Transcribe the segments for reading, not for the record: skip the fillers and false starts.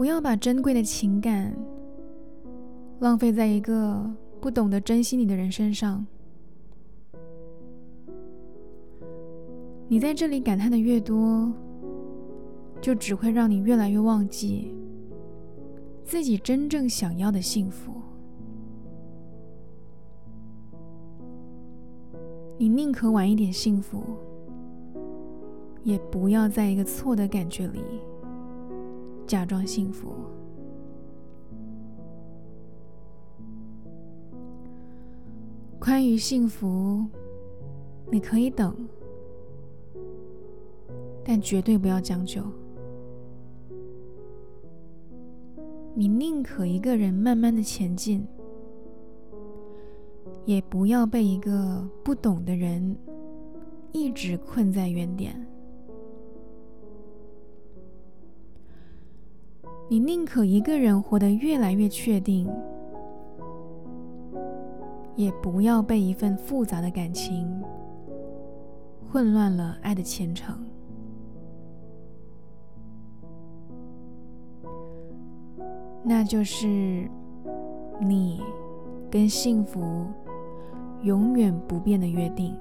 不要把珍贵的情感浪费在一个不懂得珍惜你的人身上。你在这里感叹的越多，就只会让你越来越忘记自己真正想要的幸福。你宁可晚一点幸福，也不要在一个错的感觉里假装幸福。关于幸福，你可以等，但绝对不要将就。你宁可一个人慢慢的前进，也不要被一个不懂的人一直困在原点。你宁可一个人活得越来越确定，也不要被一份复杂的感情混乱了爱的前程。那就是你跟幸福永远不变的约定。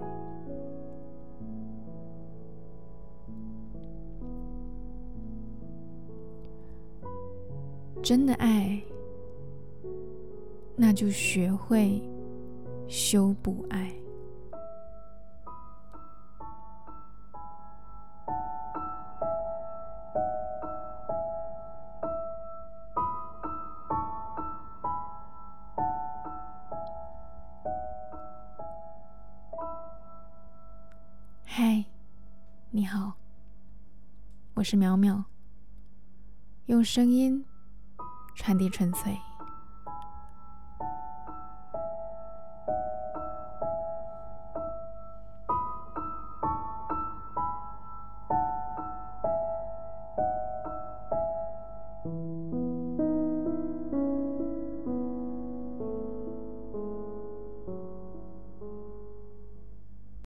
真的爱，那就学会修补爱。嗨，你好，我是苗苗，用声音传递纯粹。